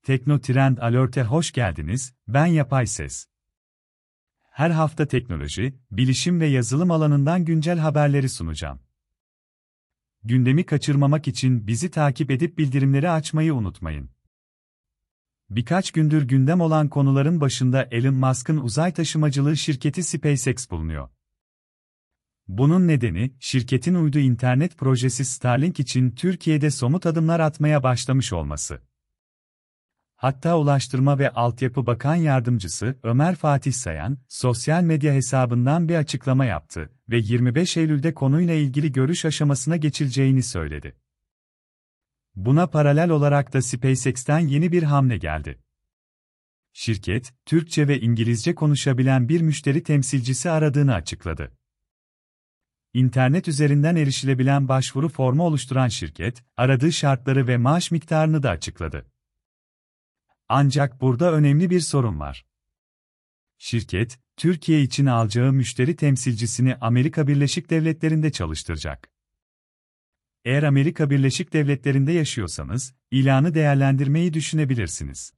Tekno Trend Alert'e hoş geldiniz, ben Yapay Ses. Her hafta teknoloji, bilişim ve yazılım alanından güncel haberleri sunacağım. Gündemi kaçırmamak için bizi takip edip bildirimleri açmayı unutmayın. Birkaç gündür gündem olan konuların başında Elon Musk'ın uzay taşımacılığı şirketi SpaceX bulunuyor. Bunun nedeni, şirketin uydu internet projesi Starlink için Türkiye'de somut adımlar atmaya başlamış olması. Hatta Ulaştırma ve Altyapı Bakan Yardımcısı Ömer Fatih Sayan, sosyal medya hesabından bir açıklama yaptı ve 25 Eylül'de konuyla ilgili görüş aşamasına geçileceğini söyledi. Buna paralel olarak da SpaceX'ten yeni bir hamle geldi. Şirket, Türkçe ve İngilizce konuşabilen bir müşteri temsilcisi aradığını açıkladı. İnternet üzerinden erişilebilen başvuru formu oluşturan şirket, aradığı şartları ve maaş miktarını da açıkladı. Ancak burada önemli bir sorun var. Şirket, Türkiye için alacağı müşteri temsilcisini Amerika Birleşik Devletleri'nde çalıştıracak. Eğer Amerika Birleşik Devletleri'nde yaşıyorsanız, ilanı değerlendirmeyi düşünebilirsiniz.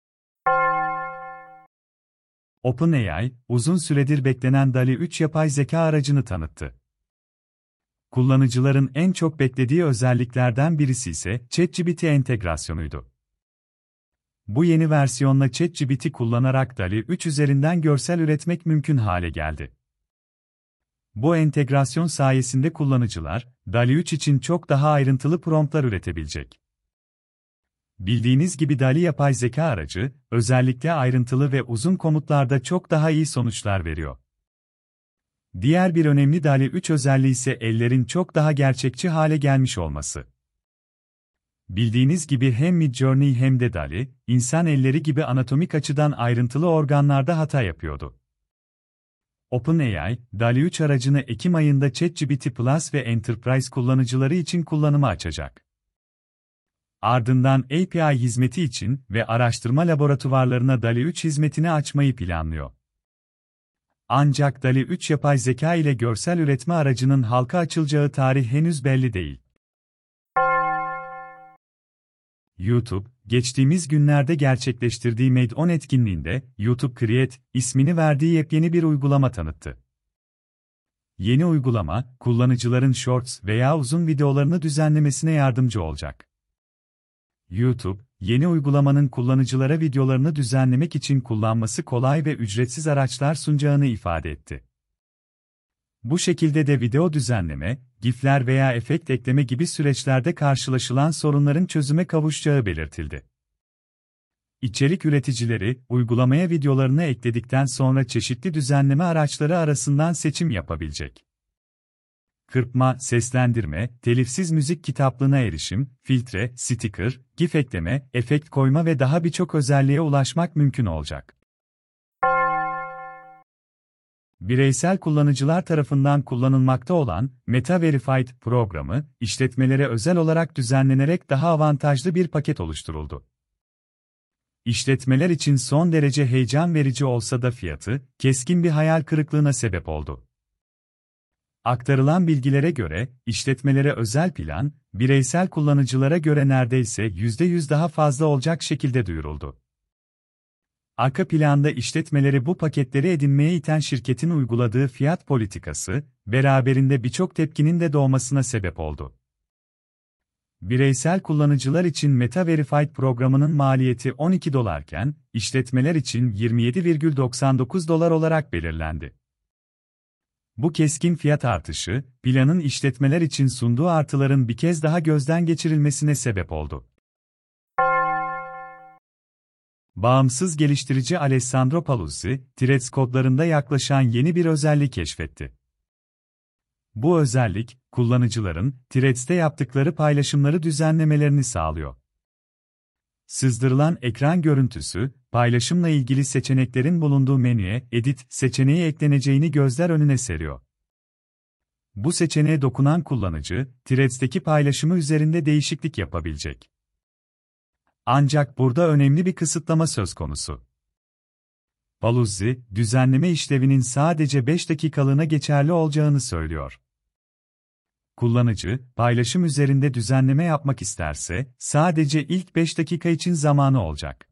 OpenAI, uzun süredir beklenen DALL-E 3 yapay zeka aracını tanıttı. Kullanıcıların en çok beklediği özelliklerden birisi ise ChatGPT entegrasyonuydu. Bu yeni versiyonla ChatGPT kullanarak DALL-E 3 üzerinden görsel üretmek mümkün hale geldi. Bu entegrasyon sayesinde kullanıcılar, DALL-E 3 için çok daha ayrıntılı promptlar üretebilecek. Bildiğiniz gibi DALL-E yapay zeka aracı, özellikle ayrıntılı ve uzun komutlarda çok daha iyi sonuçlar veriyor. Diğer bir önemli DALL-E 3 özelliği ise ellerin çok daha gerçekçi hale gelmiş olması. Bildiğiniz gibi hem Midjourney hem de DALL-E, insan elleri gibi anatomik açıdan ayrıntılı organlarda hata yapıyordu. OpenAI, DALL-E 3 aracını Ekim ayında ChatGPT Plus ve Enterprise kullanıcıları için kullanıma açacak. Ardından API hizmeti için ve araştırma laboratuvarlarına DALL-E 3 hizmetini açmayı planlıyor. Ancak DALL-E 3 yapay zeka ile görsel üretme aracının halka açılacağı tarih henüz belli değil. YouTube, geçtiğimiz günlerde gerçekleştirdiği Made On etkinliğinde, YouTube Create ismini verdiği yepyeni bir uygulama tanıttı. Yeni uygulama, kullanıcıların Shorts veya uzun videolarını düzenlemesine yardımcı olacak. YouTube, yeni uygulamanın kullanıcılara videolarını düzenlemek için kullanması kolay ve ücretsiz araçlar sunacağını ifade etti. Bu şekilde de video düzenleme, GIF'ler veya efekt ekleme gibi süreçlerde karşılaşılan sorunların çözüme kavuşacağı belirtildi. İçerik üreticileri, uygulamaya videolarını ekledikten sonra çeşitli düzenleme araçları arasından seçim yapabilecek. Kırpma, seslendirme, telifsiz müzik kitaplığına erişim, filtre, sticker, GIF ekleme, efekt koyma ve daha birçok özelliğe ulaşmak mümkün olacak. Bireysel kullanıcılar tarafından kullanılmakta olan Meta Verified programı, işletmelere özel olarak düzenlenerek daha avantajlı bir paket oluşturuldu. İşletmeler için son derece heyecan verici olsa da fiyatı, keskin bir hayal kırıklığına sebep oldu. Aktarılan bilgilere göre, işletmelere özel plan, bireysel kullanıcılara göre neredeyse %100 daha fazla olacak şekilde duyuruldu. Arka planda işletmeleri bu paketleri edinmeye iten şirketin uyguladığı fiyat politikası, beraberinde birçok tepkinin de doğmasına sebep oldu. Bireysel kullanıcılar için Meta Verified programının maliyeti $12'ken, işletmeler için $27,99 olarak belirlendi. Bu keskin fiyat artışı, planın işletmeler için sunduğu artıların bir kez daha gözden geçirilmesine sebep oldu. Bağımsız geliştirici Alessandro Paluzzi, Threads kodlarında yaklaşan yeni bir özellik keşfetti. Bu özellik, kullanıcıların Threads'te yaptıkları paylaşımları düzenlemelerini sağlıyor. Sızdırılan ekran görüntüsü, paylaşımla ilgili seçeneklerin bulunduğu menüye Edit seçeneği ekleneceğini gözler önüne seriyor. Bu seçeneğe dokunan kullanıcı, Threads'teki paylaşımı üzerinde değişiklik yapabilecek. Ancak burada önemli bir kısıtlama söz konusu. Paluzzi, düzenleme işlevinin sadece 5 dakikalığına geçerli olacağını söylüyor. Kullanıcı, paylaşım üzerinde düzenleme yapmak isterse, sadece ilk 5 dakika için zamanı olacak.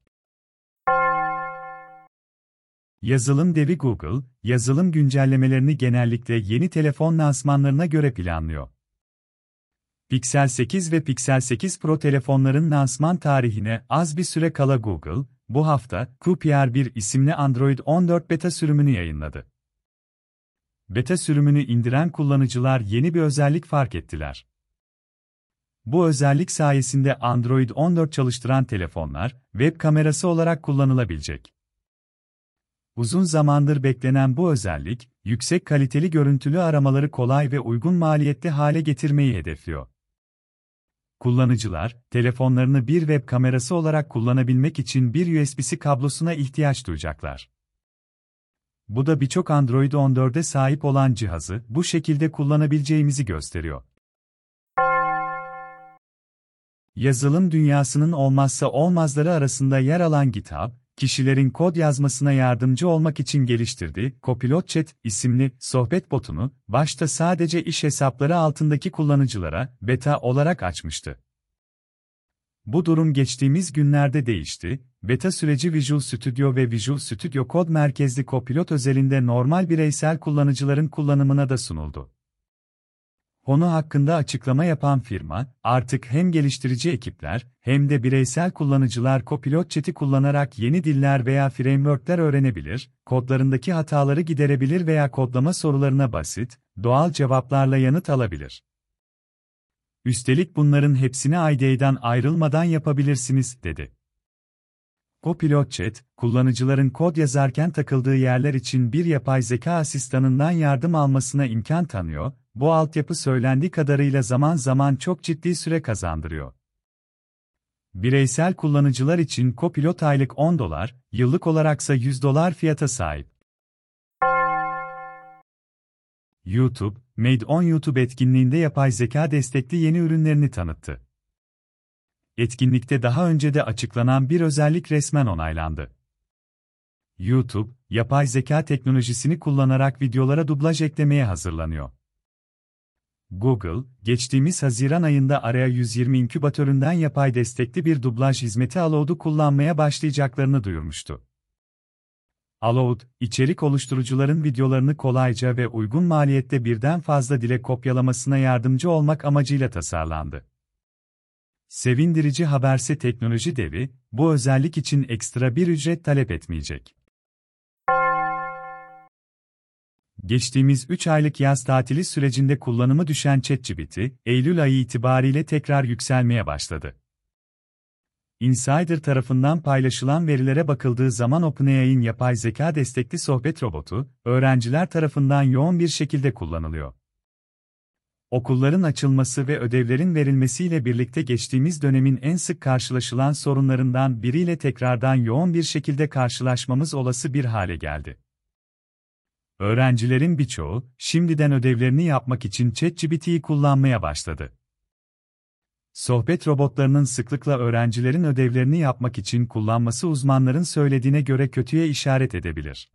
Yazılım devi Google, yazılım güncellemelerini genellikle yeni telefon lansmanlarına göre planlıyor. Pixel 8 ve Pixel 8 Pro telefonların lansman tarihine az bir süre kala Google, bu hafta QPR1 isimli Android 14 beta sürümünü yayınladı. Beta sürümünü indiren kullanıcılar yeni bir özellik fark ettiler. Bu özellik sayesinde Android 14 çalıştıran telefonlar, web kamerası olarak kullanılabilecek. Uzun zamandır beklenen bu özellik, yüksek kaliteli görüntülü aramaları kolay ve uygun maliyetli hale getirmeyi hedefliyor. Kullanıcılar, telefonlarını bir web kamerası olarak kullanabilmek için bir USB-C kablosuna ihtiyaç duyacaklar. Bu da birçok Android 14'e sahip olan cihazı bu şekilde kullanabileceğimizi gösteriyor. Yazılım dünyasının olmazsa olmazları arasında yer alan GitHub, kişilerin kod yazmasına yardımcı olmak için geliştirdiği Copilot Chat isimli sohbet botunu, başta sadece iş hesapları altındaki kullanıcılara beta olarak açmıştı. Bu durum geçtiğimiz günlerde değişti. Beta süreci Visual Studio ve Visual Studio Code merkezli Copilot özelinde normal bireysel kullanıcıların kullanımına da sunuldu. Konu hakkında açıklama yapan firma, artık hem geliştirici ekipler hem de bireysel kullanıcılar Copilot Chat'i kullanarak yeni diller veya framework'ler öğrenebilir, kodlarındaki hataları giderebilir veya kodlama sorularına basit, doğal cevaplarla yanıt alabilir. Üstelik bunların hepsini IDE'den ayrılmadan yapabilirsiniz, dedi. Copilot Chat, kullanıcıların kod yazarken takıldığı yerler için bir yapay zeka asistanından yardım almasına imkan tanıyor, bu altyapı söylendiği kadarıyla zaman zaman çok ciddi süre kazandırıyor. Bireysel kullanıcılar için Copilot aylık $10, yıllık olaraksa $100 fiyata sahip. YouTube, Made on YouTube etkinliğinde yapay zeka destekli yeni ürünlerini tanıttı. Etkinlikte daha önce de açıklanan bir özellik resmen onaylandı. YouTube, yapay zeka teknolojisini kullanarak videolara dublaj eklemeye hazırlanıyor. Google, geçtiğimiz Haziran ayında Araya 120 inkübatöründen yapay destekli bir dublaj hizmeti Allowed'u kullanmaya başlayacaklarını duyurmuştu. Allowed, içerik oluşturucuların videolarını kolayca ve uygun maliyette birden fazla dile kopyalamasına yardımcı olmak amacıyla tasarlandı. Sevindirici haberse teknoloji devi, bu özellik için ekstra bir ücret talep etmeyecek. Geçtiğimiz 3 aylık yaz tatili sürecinde kullanımı düşen ChatGPT, Eylül ayı itibariyle tekrar yükselmeye başladı. Insider tarafından paylaşılan verilere bakıldığı zaman OpenAI'nin yapay zeka destekli sohbet robotu, öğrenciler tarafından yoğun bir şekilde kullanılıyor. Okulların açılması ve ödevlerin verilmesiyle birlikte geçtiğimiz dönemin en sık karşılaşılan sorunlarından biriyle tekrardan yoğun bir şekilde karşılaşmamız olası bir hale geldi. Öğrencilerin birçoğu, şimdiden ödevlerini yapmak için ChatGPT'yi kullanmaya başladı. Sohbet robotlarının sıklıkla öğrencilerin ödevlerini yapmak için kullanması uzmanların söylediğine göre kötüye işaret edebilir.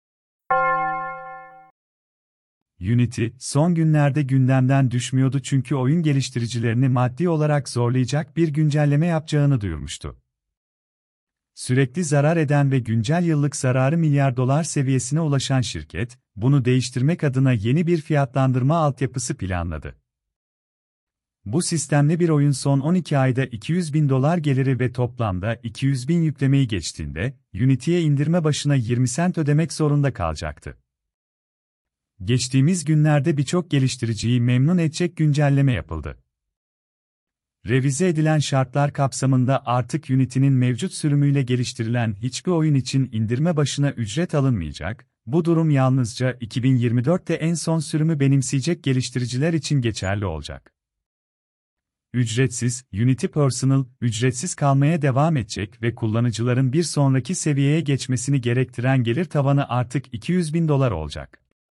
Unity, son günlerde gündemden düşmüyordu çünkü oyun geliştiricilerini maddi olarak zorlayacak bir güncelleme yapacağını duyurmuştu. Sürekli zarar eden ve güncel yıllık zararı milyar dolar seviyesine ulaşan şirket, bunu değiştirmek adına yeni bir fiyatlandırma altyapısı planladı. Bu sistemle bir oyun son 12 ayda $200.000 geliri ve toplamda 200.000 yüklemeyi geçtiğinde, Unity'ye indirme başına 20 sent ödemek zorunda kalacaktı. Geçtiğimiz günlerde birçok geliştiriciyi memnun edecek güncelleme yapıldı. Revize edilen şartlar kapsamında artık Unity'nin mevcut sürümüyle geliştirilen hiçbir oyun için indirme başına ücret alınmayacak, bu durum yalnızca 2024'te en son sürümü benimseyecek geliştiriciler için geçerli olacak. Ücretsiz, Unity Personal, ücretsiz kalmaya devam edecek ve kullanıcıların bir sonraki seviyeye geçmesini gerektiren gelir tavanı artık $200.000 olacak.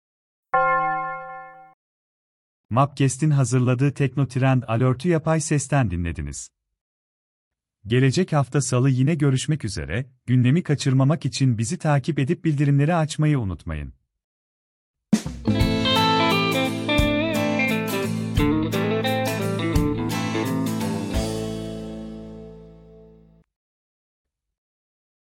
Mapquest'in hazırladığı Teknotrend Alert'ü yapay sesten dinlediniz. Gelecek hafta Salı yine görüşmek üzere, gündemi kaçırmamak için bizi takip edip bildirimleri açmayı unutmayın.